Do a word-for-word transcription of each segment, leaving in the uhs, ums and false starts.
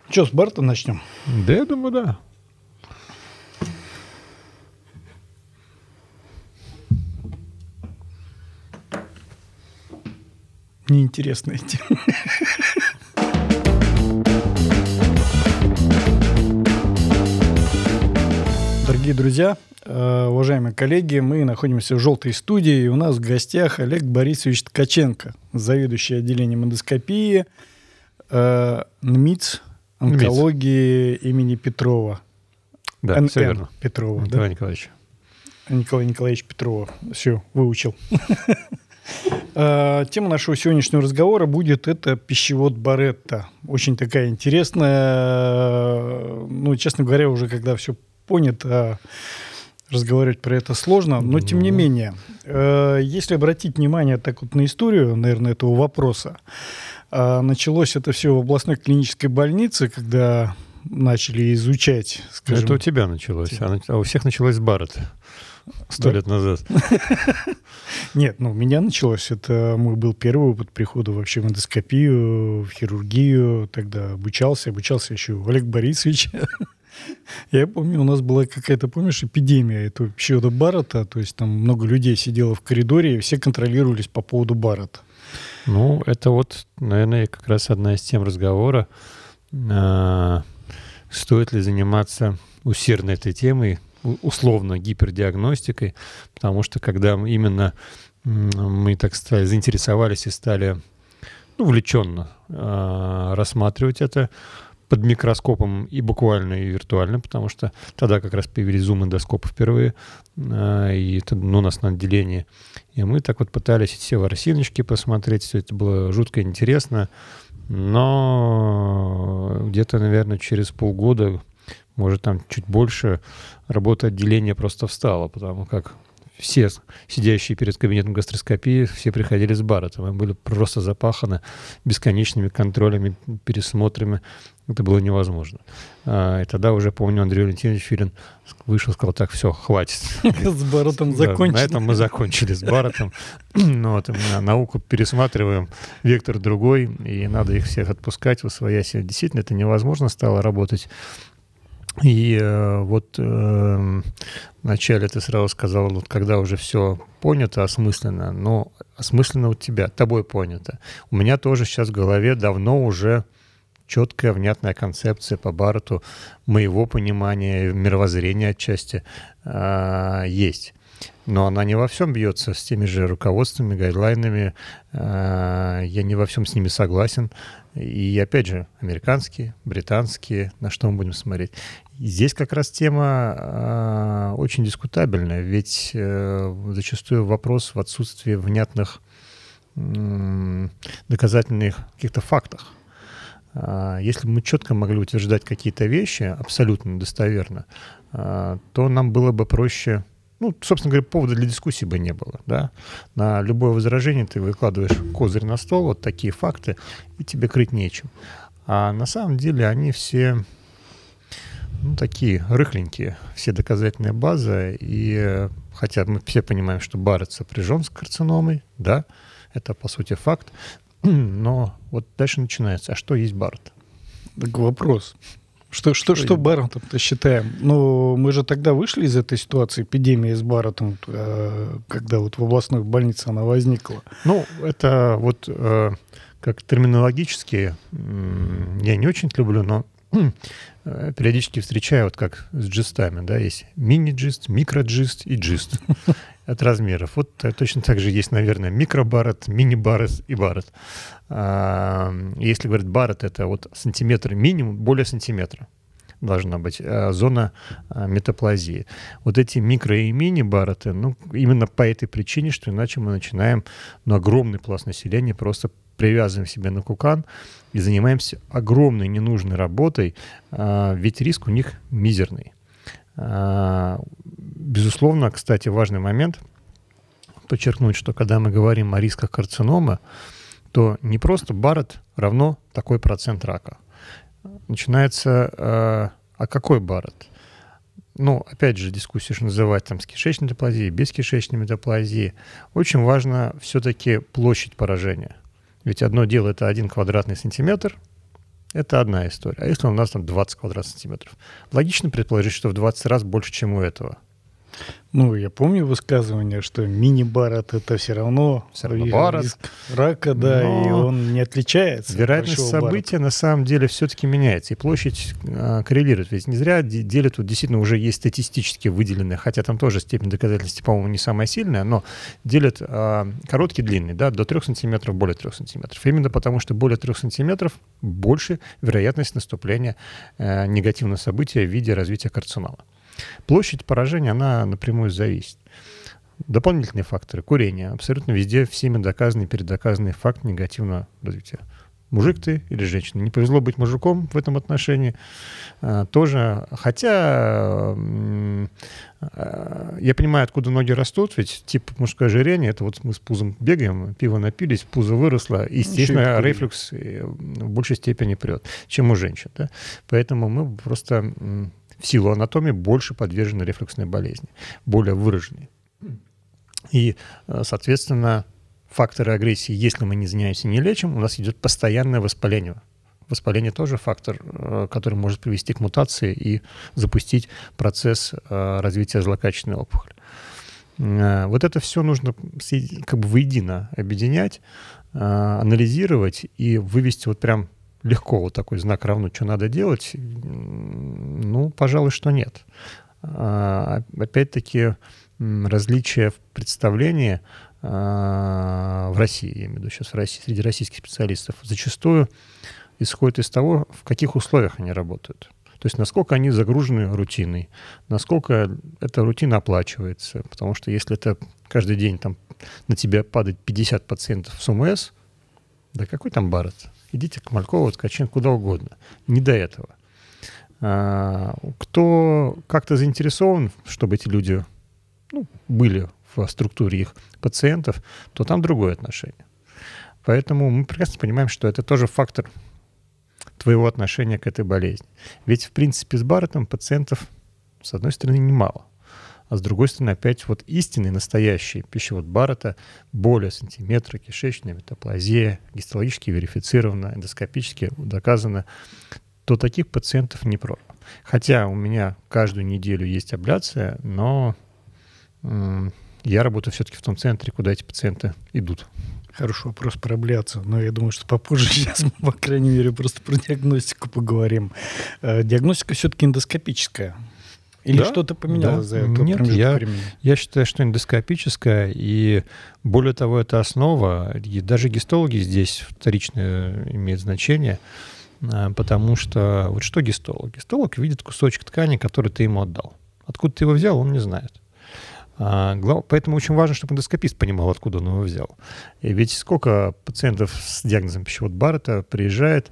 Что, с Барта начнем? Да, я думаю, да. Неинтересная тема. Дорогие друзья, уважаемые коллеги, мы находимся в «Желтой студии», и у нас в гостях Олег Борисович Ткаченко, заведующий отделением эндоскопии НМИЦ онкологии имени Петрова. Да, эн все эн верно. Петрова, Николай да? Николаевич. Николай Николаевич Петрова. Все, выучил. Тема нашего сегодняшнего разговора будет это пищевод Баретта. Очень такая интересная. Ну, честно говоря, уже когда все понято, разговаривать про это сложно. Но, тем не менее, если обратить внимание так вот на историю, наверное, этого вопроса, началось это все в областной клинической больнице, когда начали изучать, скажем... Это у тебя началось, а, а у всех началось с Барретта. Сто да? лет назад. Нет, ну, у меня началось. Это мой был первый опыт прихода вообще в эндоскопию, в хирургию. Тогда обучался. Обучался еще у Олега Борисовича. Я помню, у нас была какая-то, помнишь, эпидемия этого пищевода Барретта. То есть там много людей сидело в коридоре, и все контролировались по поводу Барретта. Ну, это вот, наверное, как раз одна из тем разговора. Стоит ли заниматься усердно этой темой, условно гипердиагностикой, потому что когда именно мы, так сказать, заинтересовались и стали ну, увлеченно э, рассматривать это под микроскопом и буквально, и виртуально, потому что тогда как раз появились зум-эндоскопы впервые, э, и это, ну, у нас на отделении. И мы так вот пытались все ворсиночки посмотреть, все это было жутко интересно, но где-то, наверное, через полгода, может, там чуть больше, работа отделения просто встала, потому как все сидящие перед кабинетом гастроскопии, все приходили с Барреттом. Мы были просто запаханы бесконечными контролями, пересмотрами. Это было невозможно. И тогда уже, помню, Андрей Валентинович Филин вышел и сказал, так, все, хватит. С Барреттом закончили. На этом мы закончили с Барреттом. Науку пересматриваем, вектор другой, и надо их всех отпускать, восвоясь. Действительно, это невозможно стало работать. И э, вот э, вначале ты сразу сказал, вот когда уже все понято, осмысленно, но осмысленно у тебя, тобой понято. У меня тоже сейчас в голове давно уже четкая, внятная концепция по Барретту, моего понимания, мировоззрения отчасти э, есть. Но она не во всем бьется с теми же руководствами, гайдлайнами. Э, я не во всем с ними согласен. И опять же, американские, британские, на что мы будем смотреть. И здесь как раз тема э, очень дискутабельная, ведь э, зачастую вопрос в отсутствии внятных э, доказательных каких-то фактах. Э, если бы мы четко могли утверждать какие-то вещи абсолютно достоверно, э, то нам было бы проще... Ну, собственно говоря, повода для дискуссии бы не было. Да? На любое возражение ты выкладываешь козырь на стол, вот такие факты, и тебе крыть нечем. А на самом деле они все ну, такие рыхленькие, все доказательные базы. И хотя мы все понимаем, что Барретт сопряжен с карциномой, да, это по сути факт, но вот дальше начинается. А что есть Барретт? Так вопрос. Что, что, что, что Барреттом-то считаем? Ну, мы же тогда вышли из этой ситуации, эпидемии с Барреттом, когда вот в областной больнице она возникла. Ну, это вот как терминологически я не очень люблю, но периодически встречаю, вот как с джистами, да, есть мини-джист, микро-джист и джист от размеров. Вот точно так же есть, наверное, микро-Барретт, мини-Барретт и Барретт. Если говорить Барретт, это вот сантиметр минимум, более сантиметра должна быть зона метаплазии. Вот эти микро- и мини-Барретты, ну, именно по этой причине, что иначе мы начинаем, ну, огромный пласт населения просто привязываем себя на кукан и занимаемся огромной ненужной работой, ведь риск у них мизерный. Безусловно, кстати, важный момент подчеркнуть, что когда мы говорим о рисках карциномы, то не просто Барретт равно такой процент рака. Начинается, э, а какой Барретт? Ну, опять же, дискуссия, что называть там с кишечной метаплазией, без кишечной метаплазии. Очень важно все-таки площадь поражения. Ведь одно дело — это один квадратный сантиметр, это одна история. А если у нас там двадцать квадратных сантиметров? Логично предположить, что в двадцать раз больше, чем у этого. Ну, я помню высказывание, что мини-барот — это все равно, Все равно барот. Риск рака, да, Но и он не отличается. вероятность события на самом деле все-таки меняется, и площадь а, коррелирует. Ведь не зря делят, вот действительно уже есть статистически выделенные, хотя там тоже степень доказательности, по-моему, не самая сильная, но делят а, короткий, длинный, да, до трех сантиметров, более трех сантиметров. Именно потому, что более трех сантиметров больше вероятность наступления а, негативного события в виде развития карцинома. Площадь поражения, она напрямую зависит. Дополнительные факторы. Курение. Абсолютно везде всеми доказанный, передоказанный факт негативного развития. Мужик ты или женщина. Не повезло быть мужиком в этом отношении. А, тоже. Хотя а, я понимаю, откуда ноги растут. Ведь тип мужское ожирение, это вот мы с пузом бегаем, пиво напились, пузо выросло. И, естественно, рефлюкс в большей степени прет, чем у женщин. Да? Поэтому мы просто в силу анатомии больше подвержены рефлюксной болезни. Более выраженной. И, соответственно, факторы агрессии, если мы не занимаемся, не лечим, у нас идет постоянное воспаление. Воспаление тоже фактор, который может привести к мутации и запустить процесс развития злокачественной опухоли. Вот это все нужно как бы воедино объединять, анализировать и вывести вот прям легко вот такой знак равно, что надо делать. Ну, пожалуй, что нет. Опять-таки, различия в представлении в России, я имею в виду сейчас в России, среди российских специалистов, зачастую исходит из того, в каких условиях они работают. То есть насколько они загружены рутиной, насколько эта рутина оплачивается. Потому что если это каждый день там, на тебя падает пятьдесят пациентов с ОМС, да какой там барот? Идите к Малькову, Ткаченко, куда угодно. Не до этого. А, кто как-то заинтересован, чтобы эти люди ну, были в структуре их пациентов, то там другое отношение. Поэтому мы прекрасно понимаем, что это тоже фактор твоего отношения к этой болезни. Ведь, в принципе, с баротом пациентов, с одной стороны, немало. А с другой стороны, опять вот истинный, настоящий пищевод барота, более сантиметра, кишечная метаплазия, гистологически верифицировано, эндоскопически доказано, то таких пациентов не про. Хотя у меня каждую неделю есть абляция, но м- я работаю все-таки в том центре, куда эти пациенты идут. Хороший вопрос про абляцию, но я думаю, что попозже сейчас мы, по крайней мере, просто про диагностику поговорим. Диагностика все-таки эндоскопическая. Или да, что-то поменялось да. за это Нет, я, я считаю, что эндоскопическая, и более того, это основа. И даже гистологи здесь вторично имеют значение, потому что вот что гистолог? Гистолог видит кусочек ткани, который ты ему отдал. Откуда ты его взял, он не знает. Поэтому очень важно, чтобы эндоскопист понимал, откуда он его взял. И ведь сколько пациентов с диагнозом пищевод барота приезжает,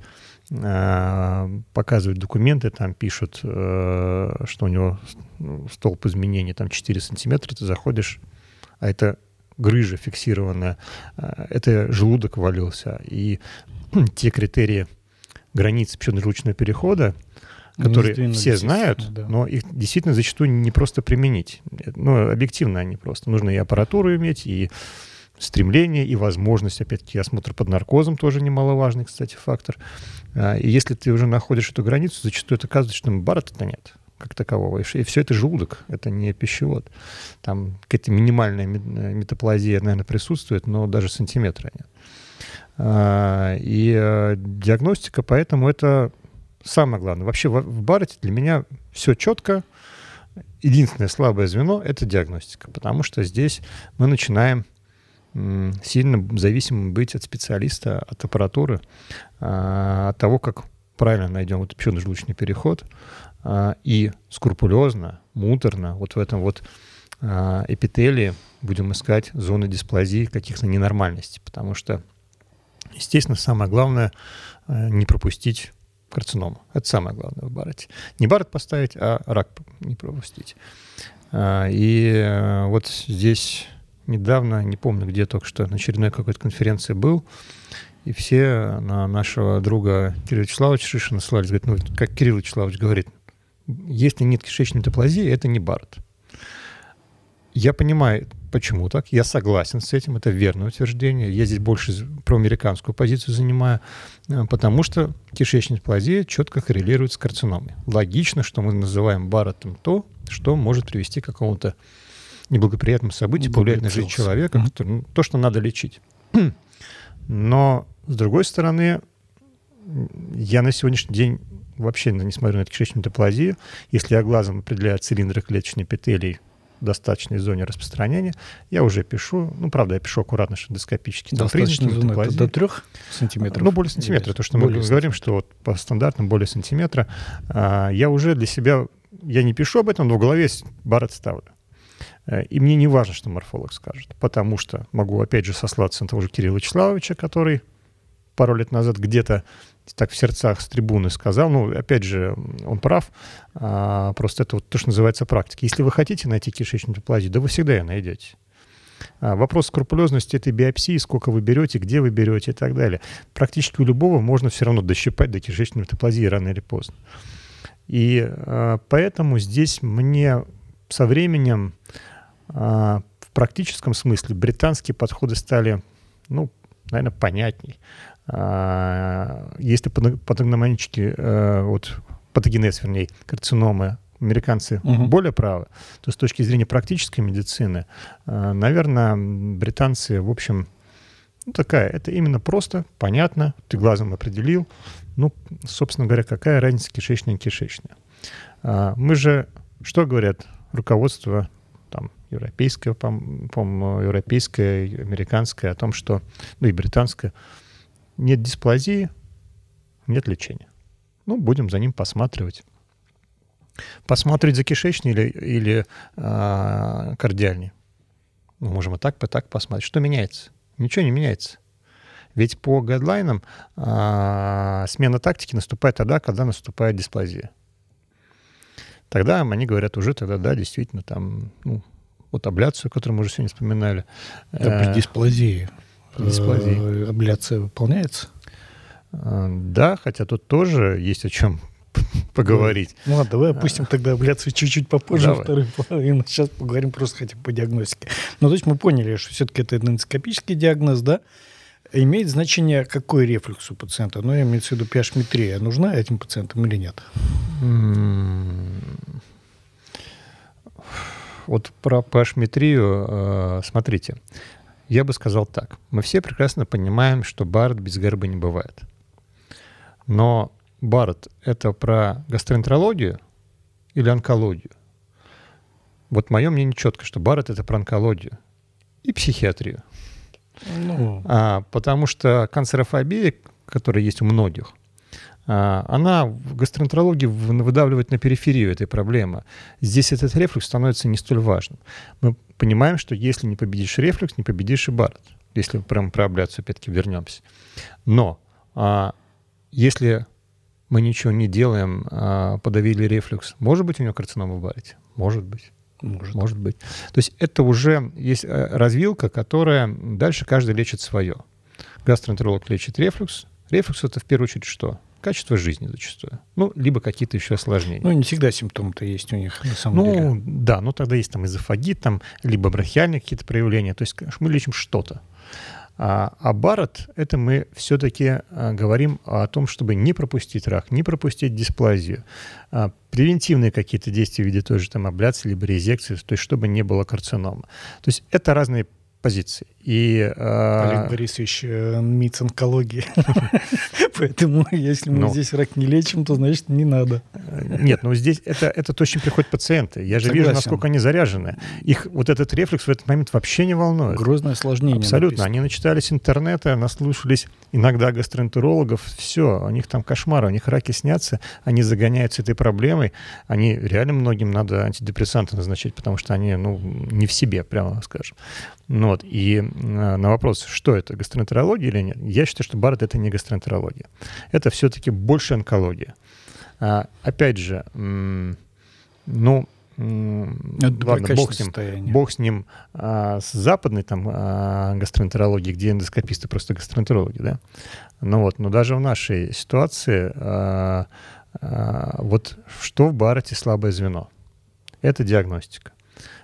показывают документы, там пишут, что у него столб изменений там четыре сантиметра, ты заходишь, а это грыжа фиксированная, это желудок валился. И те критерии границ пищеводно-желудочного перехода, которые все знают, да. но их действительно зачастую не просто применить. Ну, объективно они просто. Нужно и аппаратуру иметь, и стремление, и возможность, опять-таки, осмотр под наркозом тоже немаловажный, кстати, фактор. И если ты уже находишь эту границу, зачастую это оказывается, что барота-то нет как такового. И все это желудок, это не пищевод. Там какая-то минимальная метаплазия, наверное, присутствует, но даже сантиметра нет. И диагностика, поэтому это самое главное. Вообще в бароте для меня все четко. Единственное слабое звено — это диагностика, потому что здесь мы начинаем сильно зависимым быть от специалиста, от аппаратуры, от того, как правильно найдем вот пищеводно-желудочный переход и скрупулезно, муторно вот в этом вот эпителии будем искать зоны дисплазии, каких-то ненормальностей, потому что, естественно, самое главное — не пропустить карциному. Это самое главное в бароте. Не барот поставить, а рак не пропустить. И вот здесь недавно, не помню, где только что, на очередной какой-то конференции был, и все на нашего друга Кирилла Вячеславовича Шишина ссылались. Говорит, ну, как Кирилл Вячеславович говорит, если нет кишечной метаплазии, это не барот. Я понимаю, Почему так? Я согласен с этим, это верное утверждение. Я здесь больше проамериканскую позицию занимаю, потому что кишечная дисплазия четко коррелирует с карциномой. Логично, что мы называем Барреттом то, что может привести к какому-то неблагоприятному событию, повлиять на жизнь человека, mm-hmm. который, ну, то, что надо лечить. Но, с другой стороны, я на сегодняшний день вообще не смотрю на эту кишечную метаплазию. Если я глазом определяю цилиндры клеточной эпителий в достаточной зоне распространения, я уже пишу, ну, правда, я пишу аккуратно, что эндоскопически. Достаточная зона — это до трех сантиметров? Ну, более сантиметра. То, что мы более говорим, сантиметра. Что вот по стандартам более сантиметра. А, я уже для себя, я не пишу об этом, но в голове Барретт ставлю. И мне не важно, что морфолог скажет, потому что могу, опять же, сослаться на того же Кирилла Вячеславовича, который пару лет назад где-то так в сердцах с трибуны сказал, ну, опять же, он прав, а, просто это вот то, что называется практика. Если вы хотите найти кишечную метаплазию, да вы всегда ее найдете. А, вопрос скрупулезности этой биопсии, сколько вы берете, где вы берете и так далее. Практически у любого можно все равно дощипать до кишечной метаплазии рано или поздно. И а, поэтому здесь мне со временем а, в практическом смысле британские подходы стали, ну, наверное, понятней. Если патогномонические, вот, патогенез, вернее, карциномы, американцы угу. более правы, то с точки зрения практической медицины, наверное, британцы, в общем, ну, такая, это именно просто, понятно, ты глазом определил, ну, собственно говоря, какая разница кишечная и кишечная. Мы же, что говорят руководство там, европейское, по-моему, европейское, американское, о том, что, ну и британское, нет дисплазии, нет лечения. Ну, будем за ним посматривать. Посмотреть за кишечной или, или а, кардиальной. Мы можем и так, и так посмотреть. Что меняется? Ничего не меняется. Ведь по гайдлайнам а, смена тактики наступает тогда, когда наступает дисплазия. Тогда они говорят уже, тогда да, действительно, там, ну, вот абляцию, которую мы уже сегодня вспоминали. Да, при дисплазии. Дисплазии. Абляция выполняется? Да, хотя тут тоже есть о чем поговорить. Ну ладно, давай опустим тогда абляцию чуть-чуть попозже, давай. Вторую половину. Сейчас поговорим просто хотя бы по диагностике. Ну, то есть мы поняли, что все-таки это эндоскопический диагноз, да? Имеет значение, какой рефлюкс у пациента? Ну, я имею в виду pH-метрия. Нужна этим пациентам или нет? Вот про pH-метрию, смотрите. Я бы сказал так. Мы все прекрасно понимаем, что Барретт без герба не бывает. Но Барретт — это про гастроэнтерологию или онкологию? Вот мое мнение четко, что Барретт — это про онкологию и психиатрию. Ну. А, потому что канцерофобия, которая есть у многих, а, она в гастроэнтерологии выдавливает на периферию этой проблемы. Здесь этот рефлюкс становится не столь важным. Мы понимаем, что если не победишь рефлюкс, не победишь и Барретт. Если прямо про абляцию опять-таки вернемся. Но а, если мы ничего не делаем, а, подавили рефлюкс, может быть у него карцинома в Барретте? Может быть. Может. Может быть. То есть это уже есть развилка, которая дальше каждый лечит свое. Гастроэнтеролог лечит рефлюкс. Рефлюкс — это в первую очередь что? Качество жизни зачастую. Ну, либо какие-то еще осложнения. Ну, не всегда симптомы-то есть у них, на самом ну, деле. Ну, да, но тогда есть там эзофагит, там, либо бронхиальные какие-то проявления. То есть мы лечим что-то. А, а Барретт — это мы все-таки а, говорим о том, чтобы не пропустить рак, не пропустить дисплазию. А, превентивные какие-то действия в виде той же там абляции, либо резекции, то есть чтобы не было карцинома. То есть это разные позиции. И, Олег Борисович, МИЦ онкологии. Поэтому, если мы здесь рак не лечим, то, значит, не надо. Нет, ну здесь это, это точно приходят пациенты. Я же вижу, насколько они заряжены. Их вот этот рефлюкс в этот момент вообще не волнует. Грозное осложнение. Абсолютно. Они начитались интернета, наслушались иногда гастроэнтерологов. Все, у них там кошмары, у них раки снятся, они загоняются этой проблемой. Они реально многим надо антидепрессанты назначать, потому что они, ну, не в себе, прямо скажем. Ну, вот. И на вопрос, что это, гастроэнтерология или нет, я считаю, что Барретт — это не гастроэнтерология. Это все-таки больше онкология. А, опять же, м- ну, м- ладно, бог с ним, бог с ним а, с западной там а, гастроэнтерологией, где эндоскописты просто гастроэнтерологи, да. Ну вот, но даже в нашей ситуации а, а, вот что в Барретте слабое звено? Это диагностика.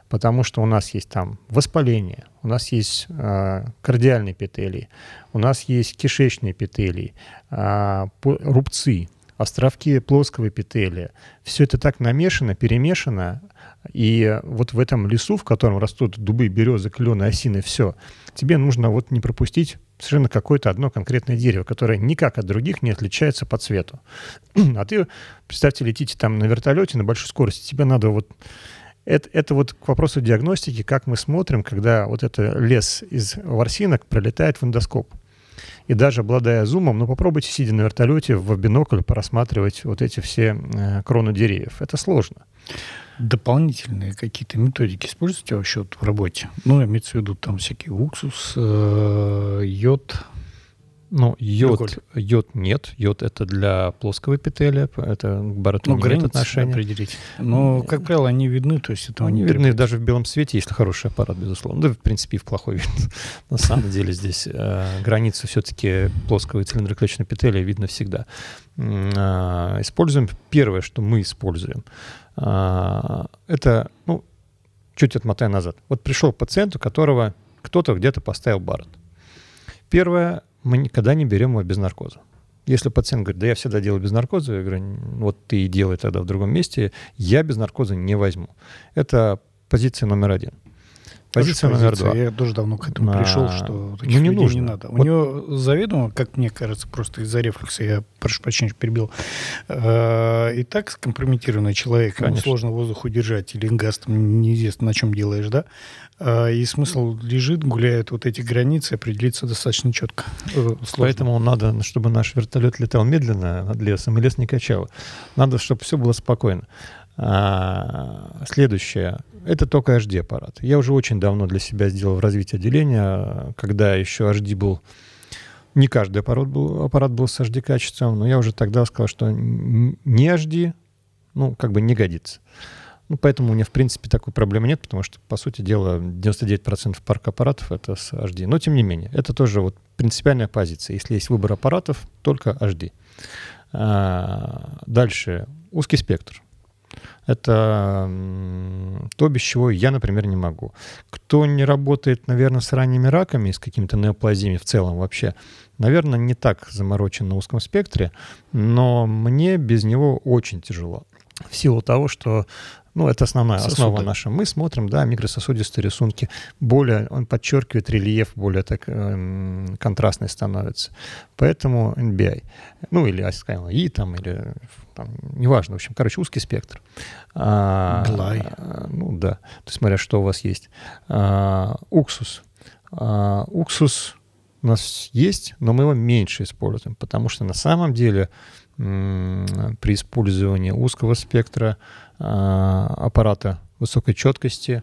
потому что у нас есть там воспаление, у нас есть э, кардиальные эпителии, у нас есть кишечные эпителии, э, рубцы, островки плоского эпителия. Все это так намешано, перемешано, и вот в этом лесу, в котором растут дубы, березы, клены, осины, все, тебе нужно вот не пропустить совершенно какое-то одно конкретное дерево, которое никак от других не отличается по цвету. А ты, представьте, летите там на вертолете на большой скорости, тебе надо вот... Это, это вот к вопросу диагностики, как мы смотрим, когда вот этот лес из ворсинок пролетает в эндоскоп. И даже обладая зумом, ну попробуйте, сидя на вертолете, в бинокль порассматривать вот эти все э, кроны деревьев. Это сложно. Дополнительные какие-то методики используете вообще вот в работе? Ну, имеется в виду там всякий уксус, э, йод. Ну, йод, йод нет. Йод — это для плоского эпителия, это к бароту ну, не имеет отношения. Определить. Но, как правило, они видны, то есть это они видны даже в белом свете, если хороший аппарат, безусловно. Да, в принципе, и в плохой видно. На самом деле здесь э, границы все-таки плоского и цилиндроклеточного эпителия видно всегда. Э, используем, первое, что мы используем, э, это, ну, чуть отмотаем назад. Вот пришел пациент, у которого кто-то где-то поставил барот. Первое, мы никогда не берем его без наркоза. Если пациент говорит, да я всегда делаю без наркоза, я говорю, вот ты и делай тогда в другом месте, я без наркоза не возьму. Это позиция номер один. Позиция номер два. Я тоже давно к этому а, пришел, что таких ну, не людей нужно. не надо. У вот. него заведомо, как мне кажется, просто из-за рефлекса, я, прошу прощения, перебил, э, и так скомпрометированный человек, ему сложно воздух удержать, или газ там неизвестно на чем делаешь, да? Э, и смысл лежит, гуляет вот эти границы, определиться достаточно четко. Э, Поэтому надо, чтобы наш вертолет летал медленно над лесом, и лес не качало. Надо, чтобы все было спокойно. А, следующее. Это только эйч ди-аппарат. Я уже очень давно для себя сделал в развитии отделения, когда еще эйч ди был... Не каждый аппарат был, аппарат был с эйч ди-качеством, но я уже тогда сказал, что не эйч ди, ну, как бы не годится. Ну, поэтому у меня, в принципе, такой проблемы нет, потому что, по сути дела, девяносто девять процентов парка аппаратов — это с эйч ди. Но, тем не менее, это тоже вот принципиальная позиция. Если есть выбор аппаратов, только эйч ди. А, дальше. Узкий спектр. Это то, без чего я, например, не могу. Кто не работает, наверное, с ранними раками, с какими-то неоплазиями в целом вообще, наверное, не так заморочен на узком спектре, но мне без него очень тяжело. В силу того, что ну, это основная Сосуды. Основа наша. Мы смотрим, да, микрососудистые рисунки. Более, он подчеркивает рельеф, более так эм, контрастный становится. Поэтому эн би ай. Ну, или, скажем, И там, или там, неважно. В общем, короче, узкий спектр. А, Глай. а, ну, да. То есть, смотря, что у вас есть. А, уксус. А, уксус у нас есть, но мы его меньше используем, потому что на самом деле м- при использовании узкого спектра аппарата высокой четкости,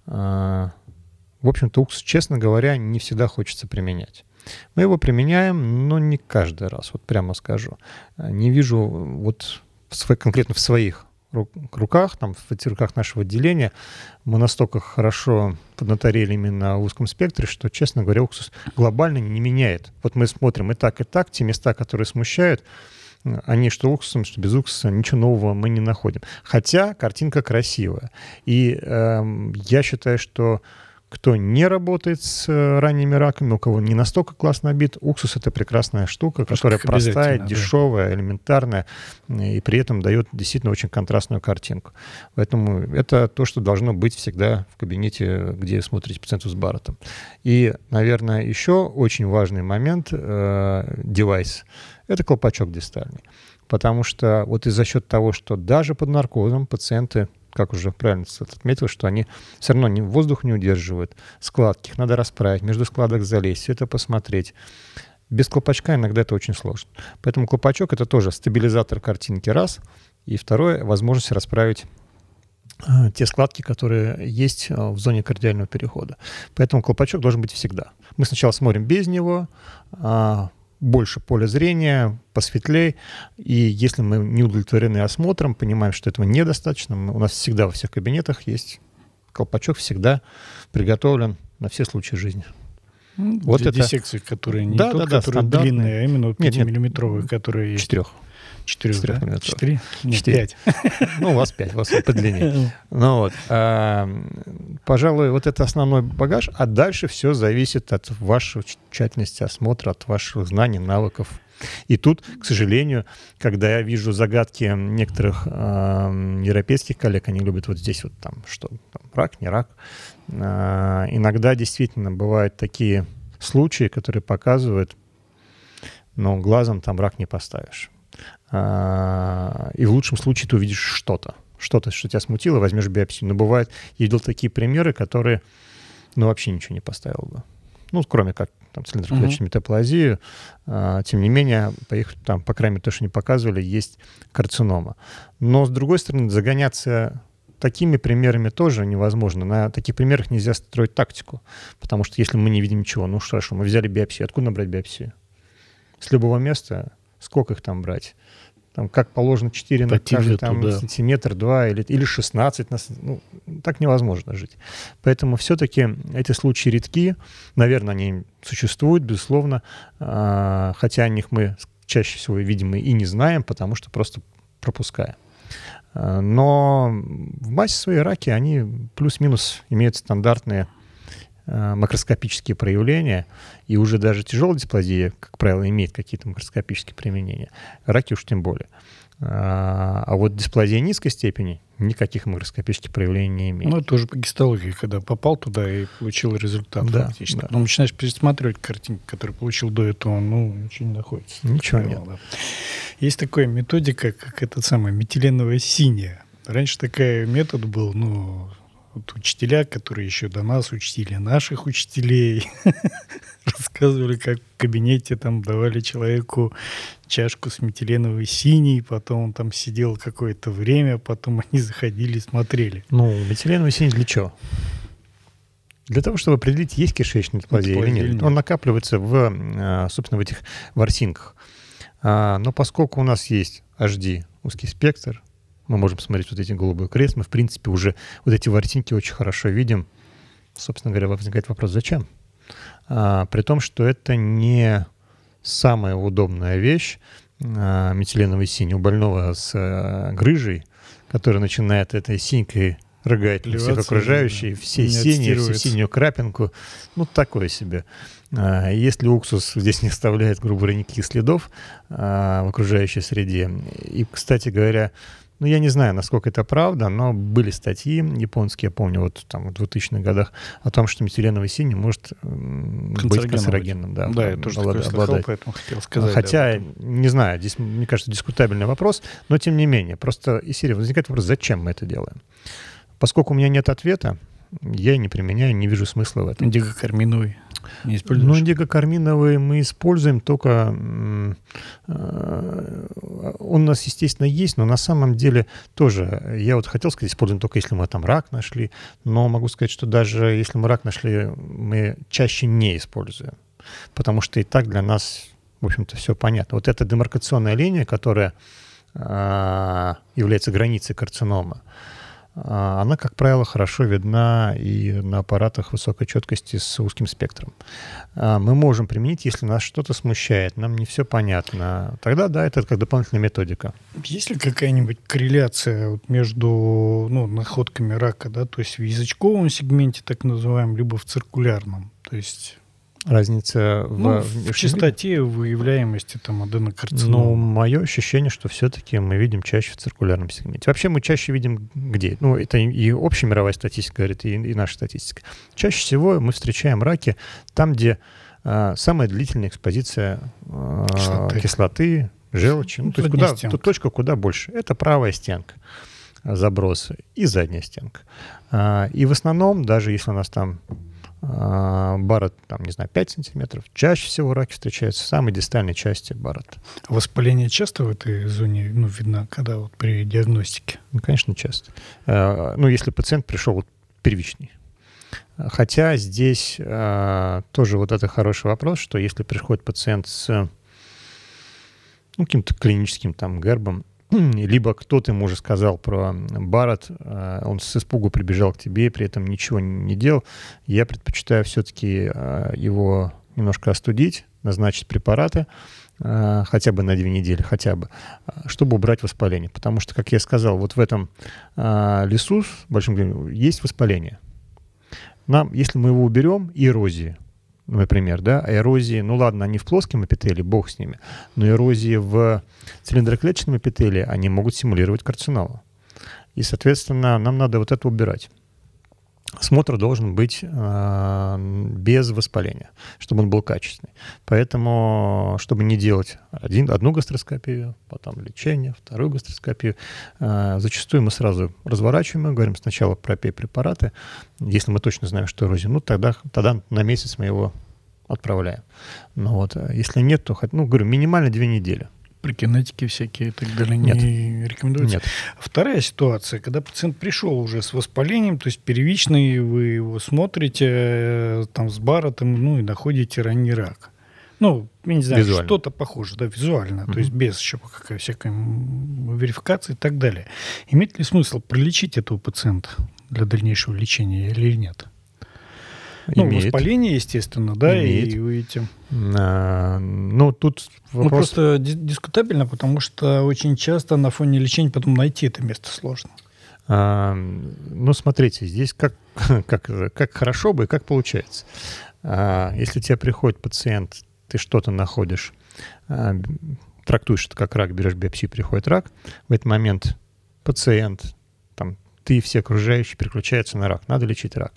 в общем-то, уксус, честно говоря, не всегда хочется применять. Мы его применяем, но не каждый раз, вот прямо скажу. Не вижу вот в свой, конкретно в своих руках, там, в этих руках нашего отделения, мы настолько хорошо поднаторели именно в узком спектре, что, честно говоря, уксус глобально не меняет. Вот мы смотрим и так, и так, те места, которые смущают, они что уксусом, что без уксуса, ничего нового мы не находим. Хотя картинка красивая. И э, я считаю, что кто не работает с ранними раками, у кого не настолько классно набит, уксус — это прекрасная штука, которая простая, дешевая, да. элементарная, и при этом дает действительно очень контрастную картинку. Поэтому это то, что должно быть всегда в кабинете, где смотрите пациенту с баротом. И, наверное, еще очень важный момент э, — девайс. Это колпачок дистальный. Потому что вот и за счет того, что даже под наркозом пациенты, как уже правильно отметил, что они все равно не, воздух не удерживают, складки, их надо расправить, между складок залезть, все это посмотреть. Без колпачка иногда это очень сложно. Поэтому колпачок — это тоже стабилизатор картинки, раз. И второе — возможность расправить э, те складки, которые есть э, в зоне кардиального перехода. Поэтому колпачок должен быть всегда. Мы сначала смотрим без него, э, больше поля зрения, посветлее. И если мы не удовлетворены осмотром, понимаем, что этого недостаточно, мы, у нас всегда во всех кабинетах есть колпачок, всегда приготовлен на все случаи жизни. Ну, вот для это... диссекции, которые не да, тот, да, да, которые длинные, а именно вот пятимиллиметровые, которые есть. Четырех. Четыре, С трех да? миллиметров. Четыре? Нет, Четыре. пять. Ну, у вас пять, у вас подлиннее. Ну вот, а, пожалуй, вот это основной багаж, а дальше все зависит от вашей тщательности осмотра, от ваших знаний, навыков. И тут, к сожалению, когда я вижу загадки некоторых э, европейских коллег, они любят вот здесь вот там, что там, рак, не рак, э, иногда действительно бывают такие случаи, которые показывают, но глазом там рак не поставишь. Э, и в лучшем случае ты увидишь что-то, что-то, что тебя смутило, возьмешь биопсию. Но бывает, я видел такие примеры, которые, ну, вообще ничего не поставил бы. Ну, кроме как там цилиндроклеточную uh-huh. метаплазию. А, тем не менее, по их, там, по крайней мере, то, что не показывали, есть карцинома. Но, с другой стороны, загоняться такими примерами тоже невозможно. На таких примерах нельзя строить тактику. Потому что если мы не видим ничего, ну хорошо, мы взяли биопсию. Откуда набрать биопсию? С любого места? Сколько их там брать? Там, как положено, четыре на каждый там, да. сантиметр, два или, или шестнадцать. На, ну, так невозможно жить. Поэтому все-таки эти случаи редки. Наверное, они существуют, безусловно. А, хотя о них мы чаще всего, видимо, и не знаем, потому что просто пропускаем. А, но в массе своей раки они плюс-минус имеют стандартные а, макроскопические проявления. И уже даже тяжелая дисплазия, как правило, имеет какие-то макроскопические применения. Раки уж тем более. А, а вот дисплазия низкой степени никаких макроскопических проявлений не имеет. Ну, это уже по гистологии, когда попал туда и получил результат да, фактически. Да. Потом начинаешь пересматривать картинки, которые получил до этого, ну, ничего не находится. Ничего нет. Да. Есть такая методика, как этот самый метиленовая синяя. Раньше такой метод был, ну... Вот учителя, которые еще до нас учили наших учителей, рассказывали, как в кабинете там давали человеку чашку с метиленовой синей, потом он там сидел какое-то время, потом они заходили и смотрели. Ну, метиленовая синяя для чего? Для того, чтобы определить, есть кишечная дисплазия или нет. нет. Он накапливается, в, собственно, в этих ворсинках. Но поскольку у нас есть эйч ди, узкий спектр, мы можем смотреть вот эти голубой крест, мы, в принципе, уже вот эти ворсинки очень хорошо видим. Собственно говоря, возникает вопрос, зачем? А, при том, что это не самая удобная вещь, а, метиленовой синей. У больного с а, грыжей, который начинает этой синькой рыгать на всех окружающих, да, все синие, всю синюю крапинку. Ну, такое себе. А, если уксус здесь не оставляет, грубо говоря, никаких следов а, в окружающей среде. И, кстати говоря, ну, я не знаю, насколько это правда, но были статьи японские, я помню, вот там в двухтысячных годах, о том, что метиленовый синий может быть канцерогенным. Да, да, я тоже такое слыхал, поэтому хотел сказать. Хотя, да, не знаю, здесь, мне кажется, дискутабельный вопрос, но тем не менее, просто из серии возникает вопрос, зачем мы это делаем? Поскольку у меня нет ответа, я не применяю, не вижу смысла в этом. Индиго-карминовый не используешь? Ну, индиго-карминовый мы используем, только э, он у нас, естественно, есть, но на самом деле тоже, я вот хотел сказать, используем только если мы там рак нашли, но могу сказать, что даже если мы рак нашли, мы чаще не используем, потому что и так для нас, в общем-то, все понятно. Вот эта демаркационная линия, которая э, является границей карцинома, она, как правило, хорошо видна и на аппаратах высокой четкости с узким спектром. Мы можем применить, если нас что-то смущает, нам не все понятно. Тогда, да, это как дополнительная методика. Есть ли какая-нибудь корреляция вот между, ну, находками рака, да, то есть в язычковом сегменте, так называемом, либо в циркулярном? То есть... Разница в, ну, в, в частоте выявляемости там аденокарцинома. Ну, мое ощущение, что все-таки мы видим чаще в циркулярном сегменте. Вообще мы чаще видим где? Ну, это и общая мировая статистика говорит, и, и наша статистика. Чаще всего мы встречаем раки там, где а, самая длительная экспозиция а, кислоты. кислоты, желчи. Ну, ну, то есть куда, тут точка куда больше. Это правая стенка заброса и задняя стенка. А, и в основном, даже если у нас там Барретт, там, не знаю, пять сантиметров. Чаще всего раки встречаются в самой дистальной части Барретта. Воспаление часто в этой зоне, ну, видно, когда вот при диагностике? Ну, конечно, часто. Ну, если пациент пришел вот первичный. Хотя здесь тоже вот это хороший вопрос, что если приходит пациент с, ну, каким-то клиническим там гербом, либо кто-то ему уже сказал про Барретт, он с испугу прибежал к тебе, при этом ничего не делал, я предпочитаю все-таки его немножко остудить, назначить препараты э, хотя бы на две недели, хотя бы, чтобы убрать воспаление. Потому что, как я сказал, вот в этом э, лесу с большим грибом есть воспаление. Нам, если мы его уберем, эрозии, например, да, эрозии, ну ладно, они в плоском эпителии, бог с ними, но эрозии в цилиндроклеточном эпителии, они могут симулировать карциному. И, соответственно, нам надо вот это убирать. Осмотр должен быть э, без воспаления, чтобы он был качественный. Поэтому, чтобы не делать один, одну гастроскопию, потом лечение, вторую гастроскопию, э, зачастую мы сразу разворачиваем, говорим сначала пропей препараты. Если мы точно знаем, что эрозия, ну тогда, тогда на месяц мы его отправляем. Но вот, если нет, то, ну, говорю, минимально две недели. При кинетике всякие и так далее Нет. не рекомендуется? Нет. Вторая ситуация, когда пациент пришел уже с воспалением, то есть первичный, вы его смотрите там с Барреттом, ну и находите ранний рак. Ну, я не знаю, Визуально. что-то похоже, да, визуально, Мгм. то есть без еще какой всякой м, верификации и так далее. Имеет ли смысл пролечить этого пациента для дальнейшего лечения или нет? Ну, Имеет. воспаление, естественно, да, Имеет. и вы этим... А, ну, тут Ну, вопрос... просто ди- дискутабельно, потому что очень часто на фоне лечения потом найти это место сложно. А, ну, смотрите, здесь как, как, как хорошо бы и как получается. А, если тебе приходит пациент, ты что-то находишь, а, трактуешь это как рак, берешь биопсию, приходит рак, в этот момент пациент, там, ты и все окружающие переключаются на рак, надо лечить рак.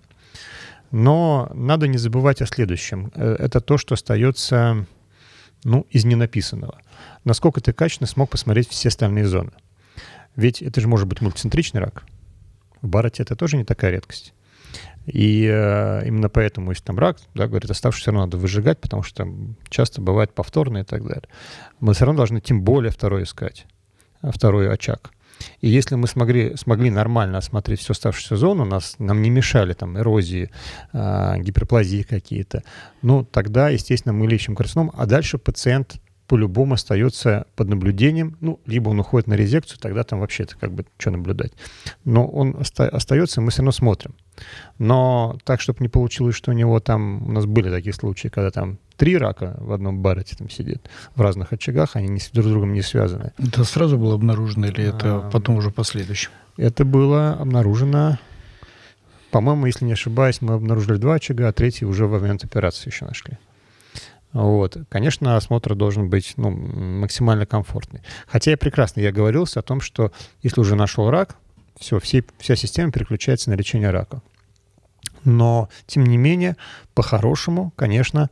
Но надо не забывать о следующем. Э, Это то, что остается, ну, из ненаписанного. Насколько ты качественно смог посмотреть все остальные зоны. Ведь это же может быть мультицентричный рак. В Барретте это тоже не такая редкость. И э, именно поэтому, если там рак, да, говорят, оставшийся все равно надо выжигать, потому что там часто бывает повторно и так далее. Мы все равно должны тем более второй искать, а, второй очаг. И если мы смогли, смогли нормально осмотреть всю оставшуюся зону, нас, нам не мешали там эрозии, э, гиперплазии какие-то, ну, тогда, естественно, мы лечим карцином, а дальше пациент по-любому остается под наблюдением, ну, либо он уходит на резекцию, тогда там вообще-то как бы что наблюдать. Но он оста- остается, мы все равно смотрим. Но так, чтобы не получилось, что у него там, у нас были такие случаи, когда там три рака в одном Барретте там сидит, в разных очагах, они не, друг с другом не связаны. Это сразу было обнаружено или это А, потом уже последующим? Это было обнаружено, по-моему, если не ошибаюсь, мы обнаружили два очага, а третий уже во момент операции еще нашли. Вот. Конечно, осмотр должен быть, ну, максимально комфортный. Хотя я прекрасно, я говорил о том, что если уже нашел рак, все, все, вся система переключается на лечение рака. Но, тем не менее, по-хорошему, конечно,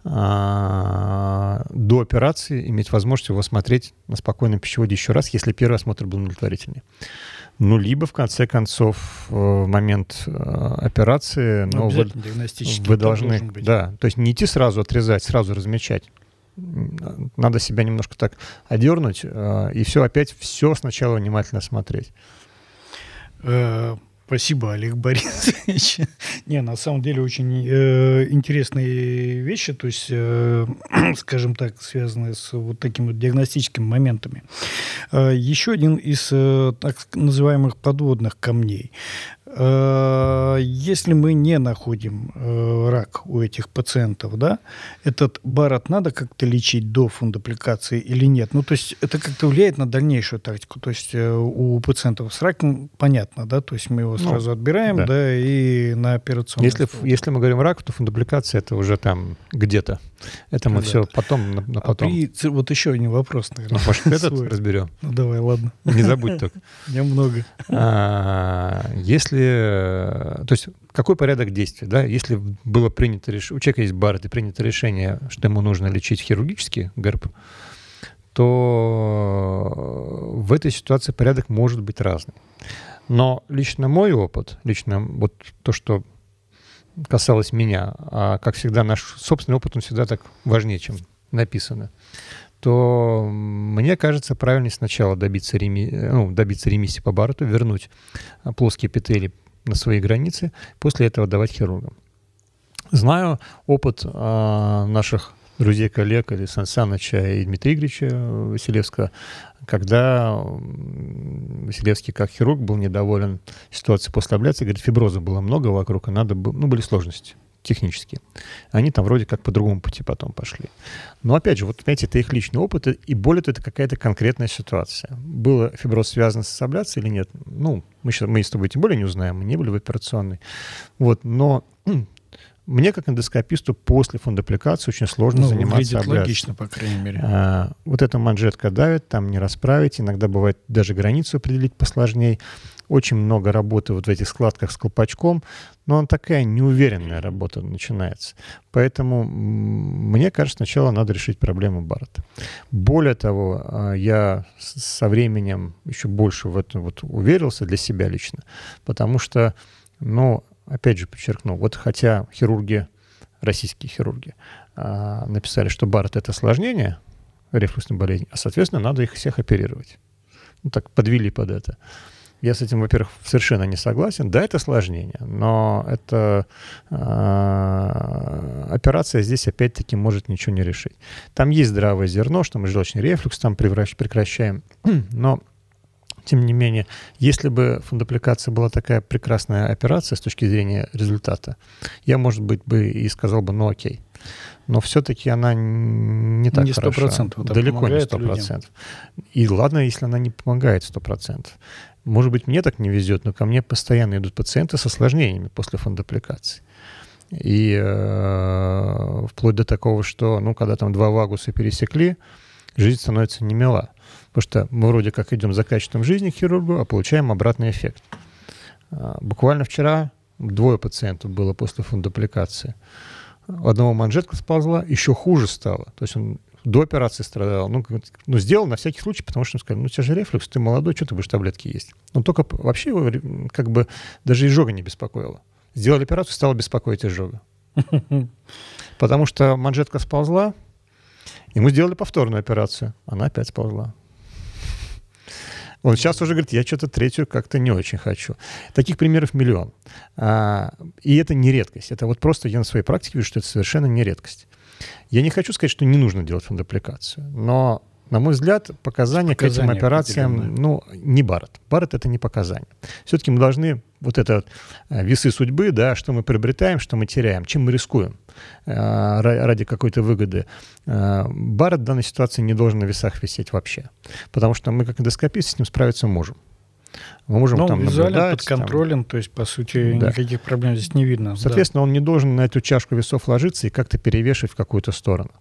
а, до операции иметь возможность его смотреть на спокойном пищеводе еще раз, если первый осмотр был удовлетворительный. Ну, либо, в конце концов, в момент э, операции, Ну, ну, вы, обязательно диагностический вы этап должны, должен быть. да, то есть не идти сразу отрезать, сразу размечать. М, Надо себя немножко так одернуть, э, и все опять, все сначала внимательно смотреть. Э, Спасибо, Олег Борисович. Не, на самом деле очень э, интересные вещи, то есть, э, скажем так, связанные с вот такими вот диагностическими моментами. Э, еще один из э, так называемых подводных камней. Э, если мы не находим э, рак у этих пациентов, да, этот Барретт надо как-то лечить до фундопликации или нет? Ну, то есть это как-то влияет на дальнейшую тактику. То есть э, у пациентов с раком понятно, да, то есть мы его Ну, сразу отбираем, да. да, и на операционную. Если, ф- если мы говорим рак, то фундопликация это уже там где-то. Это мы Когда-то. все потом, на, на А потом. при ц- вот еще один вопрос, Ну, наверное. может, этот свой. разберем? Ну, давай, ладно. Не забудь только. У меня много. А, Если, э, то есть какой порядок действий, да? Если было принято решение, у человека есть Барретт и принято решение, что ему нужно лечить хирургически ГЭРБ, то в этой ситуации порядок может быть разный. Но лично мой опыт, лично вот то, что касалось меня, а как всегда наш собственный опыт, он всегда так важнее, чем написано, то мне кажется, правильнее сначала добиться, реми... ну, добиться ремиссии по Барретту, вернуть а, плоские эпители на свои границы, после этого давать хирургам. Знаю опыт а, наших друзей, коллег, или Сан Саныча и Дмитрия Игоревича Василевского, когда м, Василевский как хирург был недоволен ситуацией после абляции, говорит, фиброза было много вокруг, и надо было, ну, были сложности технически. Они там вроде как по другому пути потом пошли. Но опять же, вот, понимаете, это их личный опыт, и более того, это какая-то конкретная ситуация. Было фиброз связан с абляцией или нет? Ну, мы, сейчас, мы с тобой тем более не узнаем, мы не были в операционной. Вот, но мне, как эндоскописту, после фундопликации очень сложно ну, заниматься абляцией. Логично, по крайней мере. А, вот эта манжетка давит, там не расправить. Иногда бывает даже границу определить посложнее. Очень много работы вот в этих складках с колпачком, но она такая неуверенная работа начинается. Поэтому мне кажется, сначала надо решить проблему Барретта. Более того, я со временем еще больше в этом вот уверился для себя лично, потому что, ну, опять же подчеркну, вот хотя хирурги, российские хирурги, написали, что Барретт — это осложнение рефлюксной болезни, а, соответственно, надо их всех оперировать. Ну, так подвели под это. Я с этим, во-первых, совершенно не согласен. Да, это осложнение, но это э, операция здесь опять-таки может ничего не решить. Там есть здравое зерно, что мы желчный рефлюкс там прекращаем, но тем не менее, если бы фундопликация была такая прекрасная операция с точки зрения результата, я, может быть, бы и сказал бы, ну окей. Но все-таки она не так не сто процентов, хороша. Далеко не сто процентов. Людям. И ладно, если она не помогает сто процентов. Может быть, мне так не везет, но ко мне постоянно идут пациенты с осложнениями после фундопликации. И э, вплоть до такого, что, ну, когда там два вагуса пересекли, жизнь становится немила. Потому что мы вроде как идем за качеством жизни к хирургу, а получаем обратный эффект. Э, буквально вчера двое пациентов было после фундопликации. У одного манжетка сползла, еще хуже стало. То есть он до операции страдал. Ну, ну, сделал на всякий случай, потому что он сказал, ну, у тебя же рефлюкс, ты молодой, что ты будешь таблетки есть? Он только вообще его как бы даже изжога не беспокоила. Сделали операцию, стало беспокоить изжога. Потому что манжетка сползла, и мы сделали повторную операцию. Она опять сползла. Он сейчас уже говорит, я что-то третью как-то не очень хочу. Таких примеров миллион. А, и это не редкость. Это вот просто я на своей практике вижу, что это совершенно не редкость. Я не хочу сказать, что не нужно делать фундопликацию, но, на мой взгляд, показания, показания к этим операциям, ну, не Барретт. Барретт — это не показания. Все-таки мы должны, вот это весы судьбы, да, что мы приобретаем, что мы теряем, чем мы рискуем э, ради какой-то выгоды. Э, Барретт в данной ситуации не должен на весах висеть вообще, потому что мы, как эндоскописты, с ним справиться можем. Мы можем ну, там визуально наблюдать. подконтролен, то есть, по сути, да. никаких проблем здесь не видно. Соответственно, да. он не должен на эту чашку весов ложиться и как-то перевешивать в какую-то сторону.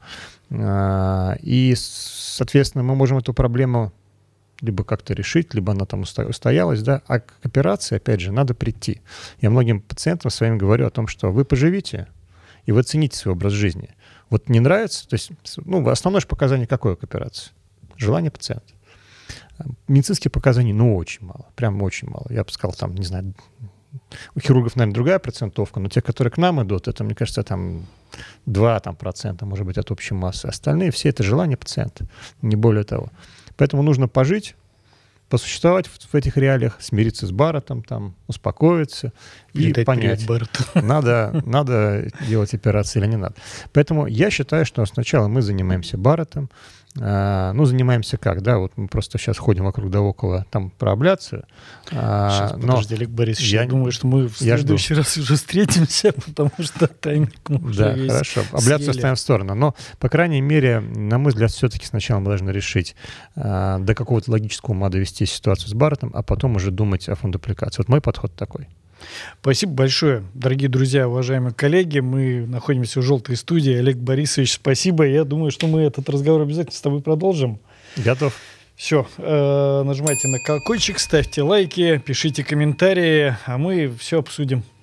И, соответственно, мы можем эту проблему либо как-то решить, либо она там устоялась, да, а к операции, опять же, надо прийти. Я многим пациентам своим говорю о том, что вы поживите, и вы оцените свой образ жизни. Вот не нравится, то есть, ну, основное же показание какое к операции? Желание пациента. Медицинских показаний, ну, очень мало, прям очень мало. Я бы сказал, там, не знаю, у хирургов, наверное, другая процентовка, но те, которые к нам идут, это, мне кажется, там два там, процента, может быть, от общей массы. Остальные все это желание пациента, не более того. Поэтому нужно пожить, посуществовать в, в этих реалиях, смириться с Барреттом, там, успокоиться и, и понять, надо, надо делать операцию или не надо. Поэтому я считаю, что сначала мы занимаемся Барреттом. А, ну, занимаемся как, да, вот мы просто сейчас ходим вокруг да около, там, про абляцию. Сейчас, а, подожди, Олег Борисович, я, я думаю, что мы в следующий жду. раз уже встретимся, потому что тайминг мы уже Да, хорошо, абляцию съели. Ставим в сторону, но, по крайней мере, на мой взгляд, все-таки сначала мы должны решить, а, до какого-то логического ума довести ситуацию с Барреттом, а потом уже думать о фундопликации. Вот мой подход такой. Спасибо большое, дорогие друзья, уважаемые коллеги. Мы находимся в «Желтой студии». Олег Борисович, спасибо. Я думаю, что мы этот разговор обязательно с тобой продолжим. Готов. Все, э, нажимайте на колокольчик, ставьте лайки, пишите комментарии, а мы все обсудим.